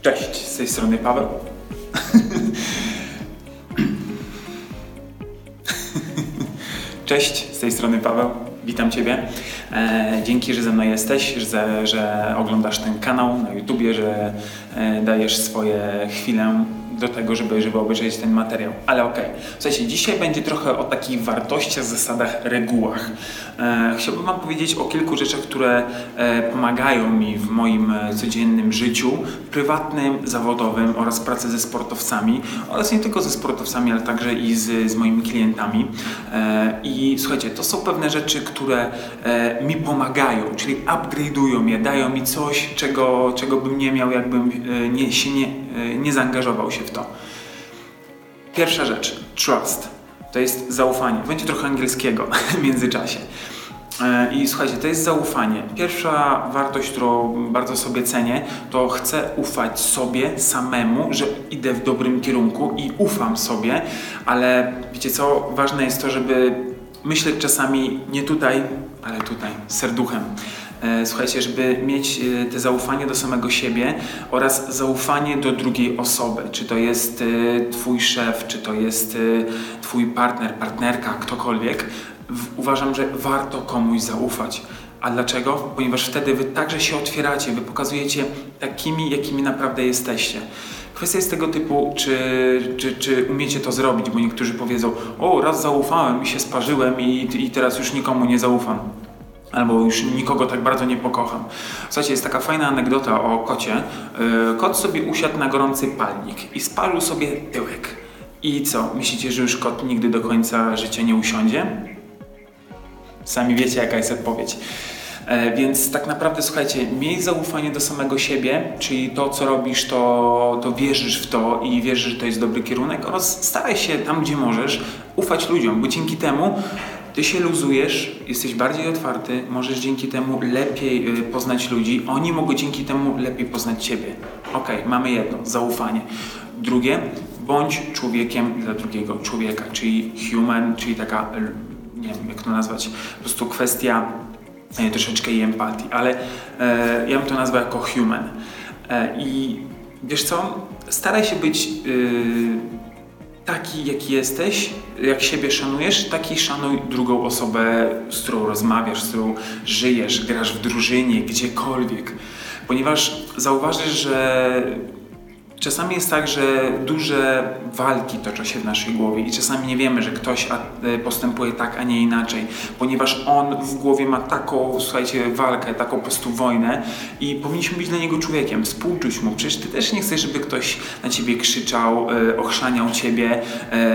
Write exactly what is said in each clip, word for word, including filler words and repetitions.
Cześć, z tej strony Paweł. Cześć, z tej strony Paweł. Witam Ciebie. E, dzięki, że ze mną jesteś, że, że oglądasz ten kanał na YouTubie, że e, dajesz swoje chwilę do tego, żeby, żeby obejrzeć ten materiał. Ale okej. Okay. Słuchajcie, dzisiaj będzie trochę o takich wartościach, zasadach, regułach. E, chciałbym Wam powiedzieć o kilku rzeczach, które e, pomagają mi w moim codziennym życiu, prywatnym, zawodowym oraz pracy ze sportowcami oraz nie tylko ze sportowcami, ale także i z, z moimi klientami. E, I słuchajcie, to są pewne rzeczy, które e, mi pomagają, czyli upgrade'ują mnie, dają mi coś, czego, czego bym nie miał, jakbym e, nie, się nie, e, nie zaangażował się w to. Pierwsza rzecz, trust. To jest zaufanie. Będzie trochę angielskiego w międzyczasie. I słuchajcie, to jest zaufanie. Pierwsza wartość, którą bardzo sobie cenię, to chcę ufać sobie samemu, że idę w dobrym kierunku i ufam sobie, ale wiecie co? Ważne jest to, żeby myśleć czasami nie tutaj, ale tutaj, z serduchem. Słuchajcie, żeby mieć te zaufanie do samego siebie oraz zaufanie do drugiej osoby. Czy to jest Twój szef, czy to jest Twój partner, partnerka, ktokolwiek. Uważam, że warto komuś zaufać. A dlaczego? Ponieważ wtedy Wy także się otwieracie, Wy pokazujecie takimi, jakimi naprawdę jesteście. Kwestia jest tego typu, czy, czy, czy umiecie to zrobić, bo niektórzy powiedzą: o, raz zaufałem i się sparzyłem i, i teraz już nikomu nie zaufam. Albo już nikogo tak bardzo nie pokocham. Słuchajcie, jest taka fajna anegdota o kocie. Kot sobie usiadł na gorący palnik i spalił sobie tyłek. I co? Myślicie, że już kot nigdy do końca życia nie usiądzie? Sami wiecie, jaka jest odpowiedź. E, więc tak naprawdę, słuchajcie, miej zaufanie do samego siebie, czyli to, co robisz, to, to wierzysz w to i wierzysz, że to jest dobry kierunek, oraz staraj się tam, gdzie możesz, ufać ludziom, bo dzięki temu Ty się luzujesz, jesteś bardziej otwarty, możesz dzięki temu lepiej y, poznać ludzi, oni mogą dzięki temu lepiej poznać Ciebie. Okej, okay, mamy jedno, zaufanie. Drugie, bądź człowiekiem dla drugiego człowieka, czyli human, czyli taka, nie wiem jak to nazwać, po prostu kwestia e, troszeczkę i empatii, ale e, ja bym to nazwał jako human. E, I wiesz co, staraj się być y, taki, jaki jesteś, jak siebie szanujesz, taki szanuj drugą osobę, z którą rozmawiasz, z którą żyjesz, grasz w drużynie, gdziekolwiek. Ponieważ zauważysz, że czasami jest tak, że duże walki toczą się w naszej głowie i czasami nie wiemy, że ktoś postępuje tak, a nie inaczej, ponieważ on w głowie ma taką, słuchajcie, walkę, taką po prostu wojnę i powinniśmy być dla niego człowiekiem, współczuć mu. Przecież ty też nie chcesz, żeby ktoś na ciebie krzyczał, ochrzaniał ciebie,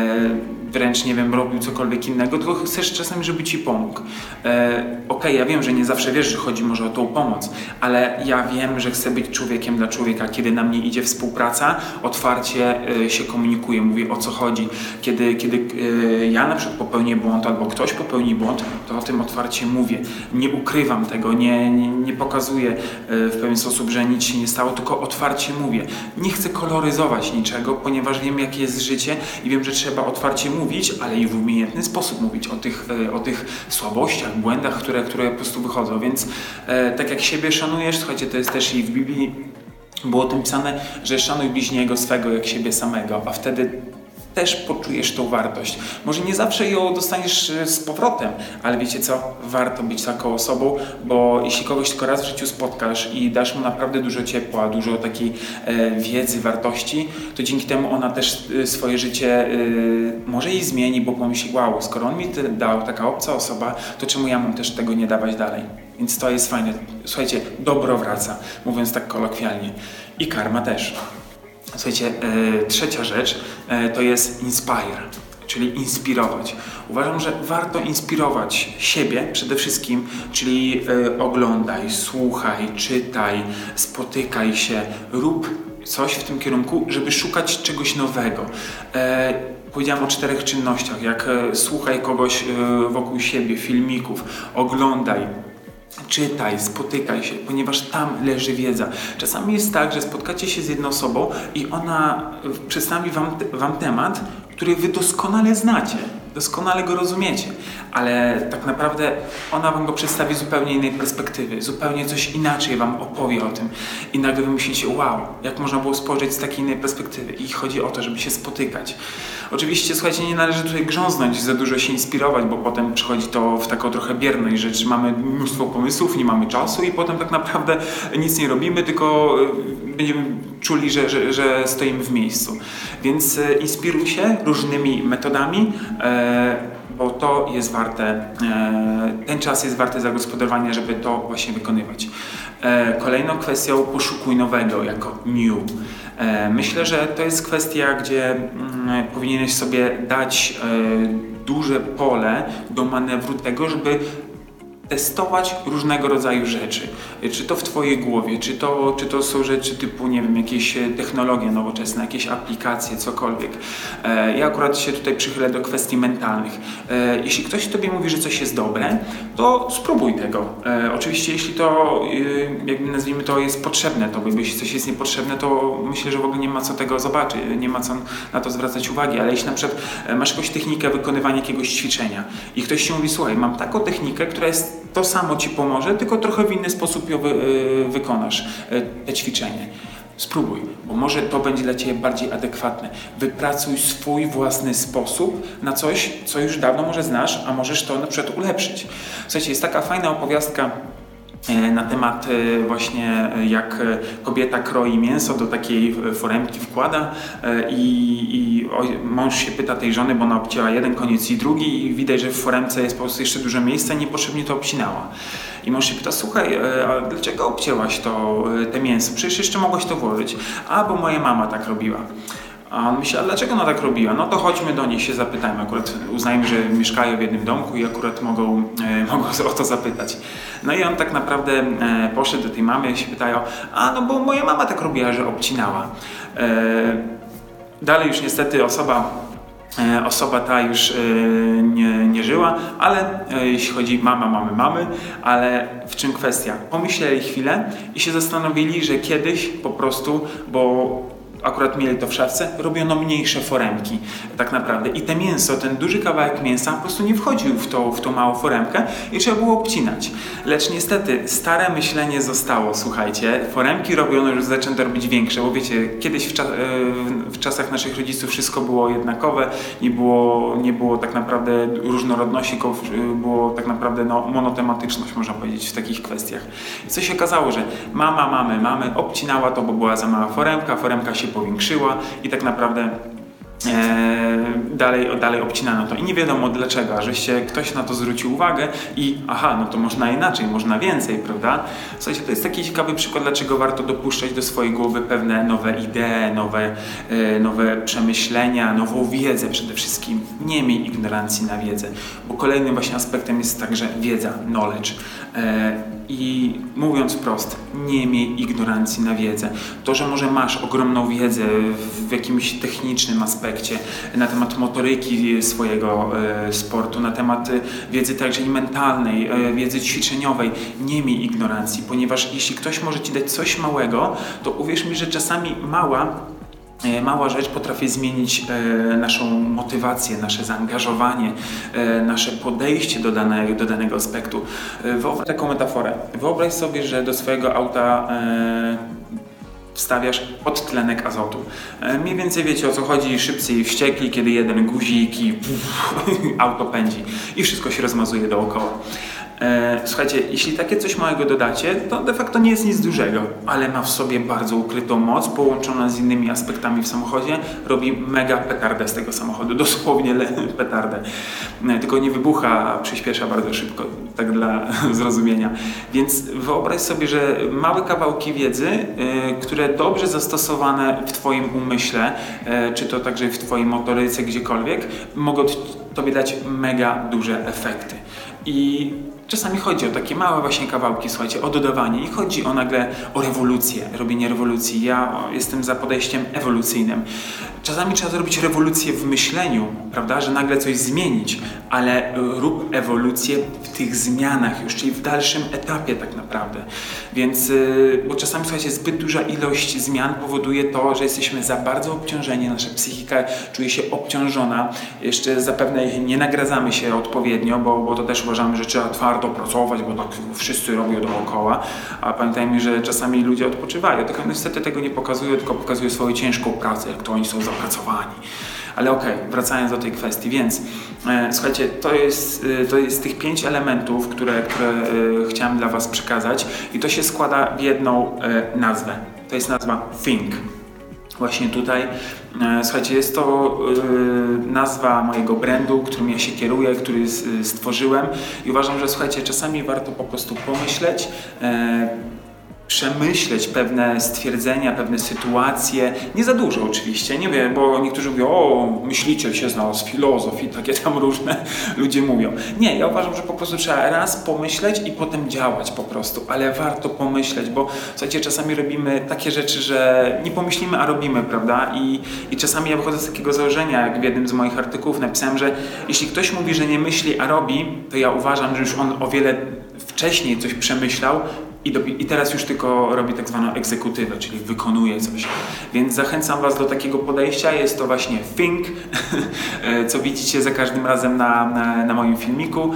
wręcz, nie wiem, robił cokolwiek innego, tylko chcesz czasami, żeby ci pomógł. E, Okej, okay, ja wiem, że nie zawsze wiesz, że chodzi może o tą pomoc, ale ja wiem, że chcę być człowiekiem dla człowieka. Kiedy na mnie idzie współpraca, otwarcie e, się komunikuję, mówię, o co chodzi. Kiedy, kiedy e, ja na przykład popełnię błąd albo ktoś popełni błąd, to o tym otwarcie mówię. Nie ukrywam tego, nie, nie, nie pokazuję e, w pewien sposób, że nic się nie stało, tylko otwarcie mówię. Nie chcę koloryzować niczego, ponieważ wiem, jakie jest życie i wiem, że trzeba otwarcie mówić, ale i w umiejętny sposób mówić o tych, o tych słabościach, błędach, które, które po prostu wychodzą. Więc e, tak jak siebie szanujesz, słuchajcie, to jest też i w Biblii było o tym pisane, że szanuj bliźniego swego jak siebie samego, a wtedy też poczujesz tą wartość. Może nie zawsze ją dostaniesz z powrotem, ale wiecie co? Warto być taką osobą, bo jeśli kogoś tylko raz w życiu spotkasz i dasz mu naprawdę dużo ciepła, dużo takiej e, wiedzy, wartości, to dzięki temu ona też e, swoje życie e, może i zmieni, bo pomyśli: wow, skoro on mi to dał, taka obca osoba, to czemu ja mam też tego nie dawać dalej? Więc to jest fajne. Słuchajcie, dobro wraca, mówiąc tak kolokwialnie. I karma też. Słuchajcie, e, trzecia rzecz e, to jest inspire, czyli inspirować. Uważam, że warto inspirować siebie przede wszystkim, czyli e, oglądaj, słuchaj, czytaj, spotykaj się, rób coś w tym kierunku, żeby szukać czegoś nowego. E, Powiedziałem o czterech czynnościach, jak e, słuchaj kogoś e, wokół siebie, filmików, oglądaj, czytaj, spotykaj się, ponieważ tam leży wiedza. Czasami jest tak, że spotkacie się z jedną osobą i ona przedstawi wam, wam temat, który wy doskonale znacie. doskonale go rozumiecie, ale tak naprawdę ona wam go przedstawi z zupełnie innej perspektywy, zupełnie coś inaczej wam opowie o tym i nagle wy myślicie, wow, jak można było spojrzeć z takiej innej perspektywy i chodzi o to, żeby się spotykać. Oczywiście, słuchajcie, nie należy tutaj grząznąć, za dużo się inspirować, bo potem przychodzi to w taką trochę bierność rzecz. Mamy mnóstwo pomysłów, nie mamy czasu i potem tak naprawdę nic nie robimy, tylko będziemy czuli, że, że, że stoimy w miejscu. Więc inspiruj się różnymi metodami, bo to jest warte, ten czas jest warty zagospodarowania, żeby to właśnie wykonywać. Kolejną kwestią poszukuj nowego jako new. Myślę, że to jest kwestia, gdzie powinieneś sobie dać duże pole do manewru tego, żeby testować różnego rodzaju rzeczy. Czy to w twojej głowie, czy to, czy to są rzeczy typu, nie wiem, jakieś technologie nowoczesne, jakieś aplikacje, cokolwiek. Ja akurat się tutaj przychylę do kwestii mentalnych. Jeśli ktoś tobie mówi, że coś jest dobre, to spróbuj tego. Oczywiście, jeśli to, jakby nazwijmy to, jest potrzebne tobie, bo jeśli coś jest niepotrzebne, to myślę, że w ogóle nie ma co tego zobaczyć, nie ma co na to zwracać uwagi, ale jeśli na przykład masz jakąś technikę wykonywania jakiegoś ćwiczenia i ktoś ci mówi, słuchaj, mam taką technikę, która jest to samo ci pomoże, tylko trochę w inny sposób ją wy, yy, wykonasz yy, te ćwiczenie. Spróbuj, bo może to będzie dla ciebie bardziej adekwatne. Wypracuj swój własny sposób na coś, co już dawno może znasz, a możesz to na przykład ulepszyć. Słuchajcie, jest taka fajna opowiastka na temat właśnie jak kobieta kroi mięso, do takiej foremki wkłada i, i mąż się pyta tej żony, bo ona obcięła jeden koniec i drugi i widać, że w foremce jest po prostu jeszcze dużo miejsca i niepotrzebnie to obcinała. I mąż się pyta, słuchaj, a dlaczego obcięłaś to, te mięso? Przecież jeszcze mogłaś to włożyć. A, bo moja mama tak robiła. A on myśli, a dlaczego ona tak robiła? No to chodźmy do niej, się zapytajmy. Akurat uznajmy, że mieszkają w jednym domku i akurat mogą, e, mogą o to zapytać. No i on tak naprawdę e, poszedł do tej mamy i się pytają, a no bo moja mama tak robiła, że obcinała. E, dalej już niestety osoba e, osoba ta już e, nie, nie żyła, ale e, jeśli chodzi mama, mamy, mamy, ale w czym kwestia? Pomyśleli chwilę i się zastanowili, że kiedyś po prostu, bo akurat mieli to w szafce, robiono mniejsze foremki tak naprawdę i te mięso, ten duży kawałek mięsa po prostu nie wchodził w tą, w tą małą foremkę i trzeba było obcinać. Lecz niestety stare myślenie zostało, słuchajcie, foremki robiono, już zaczęto robić większe, bo wiecie, kiedyś w, cza w czasach naszych rodziców wszystko było jednakowe, nie było, nie było tak naprawdę różnorodności, tylko było tak naprawdę no, monotematyczność, można powiedzieć, w takich kwestiach. I co się okazało, że mama, mamy, mamy obcinała to, bo była za mała foremka, foremka się powiększyła i tak naprawdę e, dalej, dalej obcinano to. I nie wiadomo dlaczego, a żeście ktoś na to zwrócił uwagę i aha, no to można inaczej, można więcej, prawda? Słuchajcie, to jest taki ciekawy przykład, dlaczego warto dopuszczać do swojej głowy pewne nowe idee, nowe, e, nowe przemyślenia, nową wiedzę przede wszystkim. Nie miej ignorancji na wiedzę, bo kolejnym właśnie aspektem jest także wiedza, knowledge. E, I mówiąc wprost, nie miej ignorancji na wiedzę. To, że może masz ogromną wiedzę w jakimś technicznym aspekcie na temat motoryki swojego e, sportu, na temat wiedzy także i mentalnej, e, wiedzy ćwiczeniowej, nie miej ignorancji, ponieważ jeśli ktoś może ci dać coś małego, to uwierz mi, że czasami mała Mała rzecz potrafi zmienić e, naszą motywację, nasze zaangażowanie, e, nasze podejście do danego, do danego aspektu. E, wyobraź taką metaforę. Wyobraź sobie, że do swojego auta e, wstawiasz podtlenek azotu. E, mniej więcej wiecie, o co chodzi, szybciej wściekli, kiedy jeden guzik i puf, auto pędzi i wszystko się rozmazuje dookoła. E, słuchajcie, jeśli takie coś małego dodacie, to de facto nie jest nic dużego, ale ma w sobie bardzo ukrytą moc, połączona z innymi aspektami w samochodzie, robi mega petardę z tego samochodu, dosłownie petardę. E, tylko nie wybucha, a przyspiesza bardzo szybko, tak dla zrozumienia. Więc wyobraź sobie, że małe kawałki wiedzy, e, które dobrze zastosowane w twoim umyśle, e, czy to także w twojej motoryce, gdziekolwiek, mogą tobie dać mega duże efekty. I czasami chodzi o takie małe właśnie kawałki, słuchajcie, o dodawanie. Nie chodzi o nagle o rewolucję, robienie rewolucji. Ja jestem za podejściem ewolucyjnym. Czasami trzeba zrobić rewolucję w myśleniu, prawda, że nagle coś zmienić, ale rób ewolucję w tych zmianach już, czyli w dalszym etapie tak naprawdę. Więc, bo czasami, słuchajcie, zbyt duża ilość zmian powoduje to, że jesteśmy za bardzo obciążeni, nasza psychika czuje się obciążona, jeszcze zapewne nie nagradzamy się odpowiednio, bo, bo to też uważamy, że trzeba twardo pracować, bo tak wszyscy robią dookoła, a pamiętajmy, że czasami ludzie odpoczywają, tylko niestety tego nie pokazują, tylko pokazują swoją ciężką pracę, jak to oni są zapracowani. Ale okej, okay, wracając do tej kwestii, więc e, słuchajcie, to jest, e, to jest tych pięć elementów, które, które e, chciałem dla Was przekazać i to się składa w jedną e, nazwę. To jest nazwa Think. Właśnie tutaj, e, słuchajcie, jest to e, nazwa mojego brandu, którym ja się kieruję, który e, stworzyłem i uważam, że słuchajcie, czasami warto po prostu pomyśleć, e, przemyśleć pewne stwierdzenia, pewne sytuacje, nie za dużo oczywiście, nie wiem, bo niektórzy mówią, o, myśliciel się znalazł, filozof i takie tam różne ludzie mówią. Nie, ja uważam, że po prostu trzeba raz pomyśleć i potem działać po prostu, ale warto pomyśleć, bo słuchajcie, czasami robimy takie rzeczy, że nie pomyślimy, a robimy, prawda? I, i czasami ja wychodzę z takiego założenia, jak w jednym z moich artykułów napisałem, że jeśli ktoś mówi, że nie myśli, a robi, to ja uważam, że już on o wiele wcześniej coś przemyślał, I, do, I teraz już tylko robi tak zwaną egzekutywę, czyli wykonuje coś. Więc zachęcam Was do takiego podejścia. Jest to właśnie Think, co widzicie za każdym razem na, na, na moim filmiku.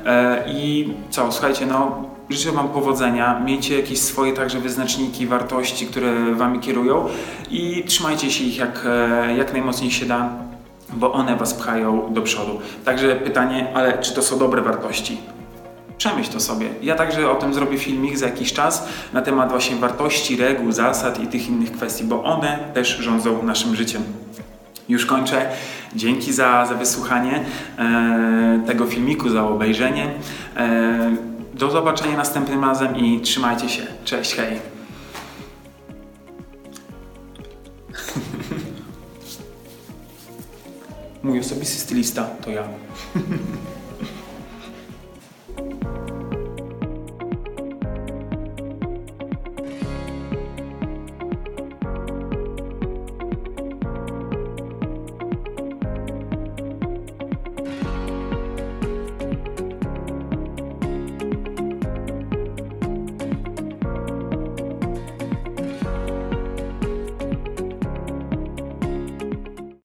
I co, słuchajcie, no życzę Wam powodzenia. Miejcie jakieś swoje także wyznaczniki, wartości, które Wami kierują i trzymajcie się ich jak, jak najmocniej się da, bo one Was pchają do przodu. Także pytanie, ale czy to są dobre wartości? Przemyśl to sobie. Ja także o tym zrobię filmik za jakiś czas na temat właśnie wartości, reguł, zasad i tych innych kwestii, bo one też rządzą naszym życiem. Już kończę. Dzięki za, za wysłuchanie e, tego filmiku, za obejrzenie. E, do zobaczenia następnym razem i trzymajcie się. Cześć, hej. Mój osobisty stylista to ja.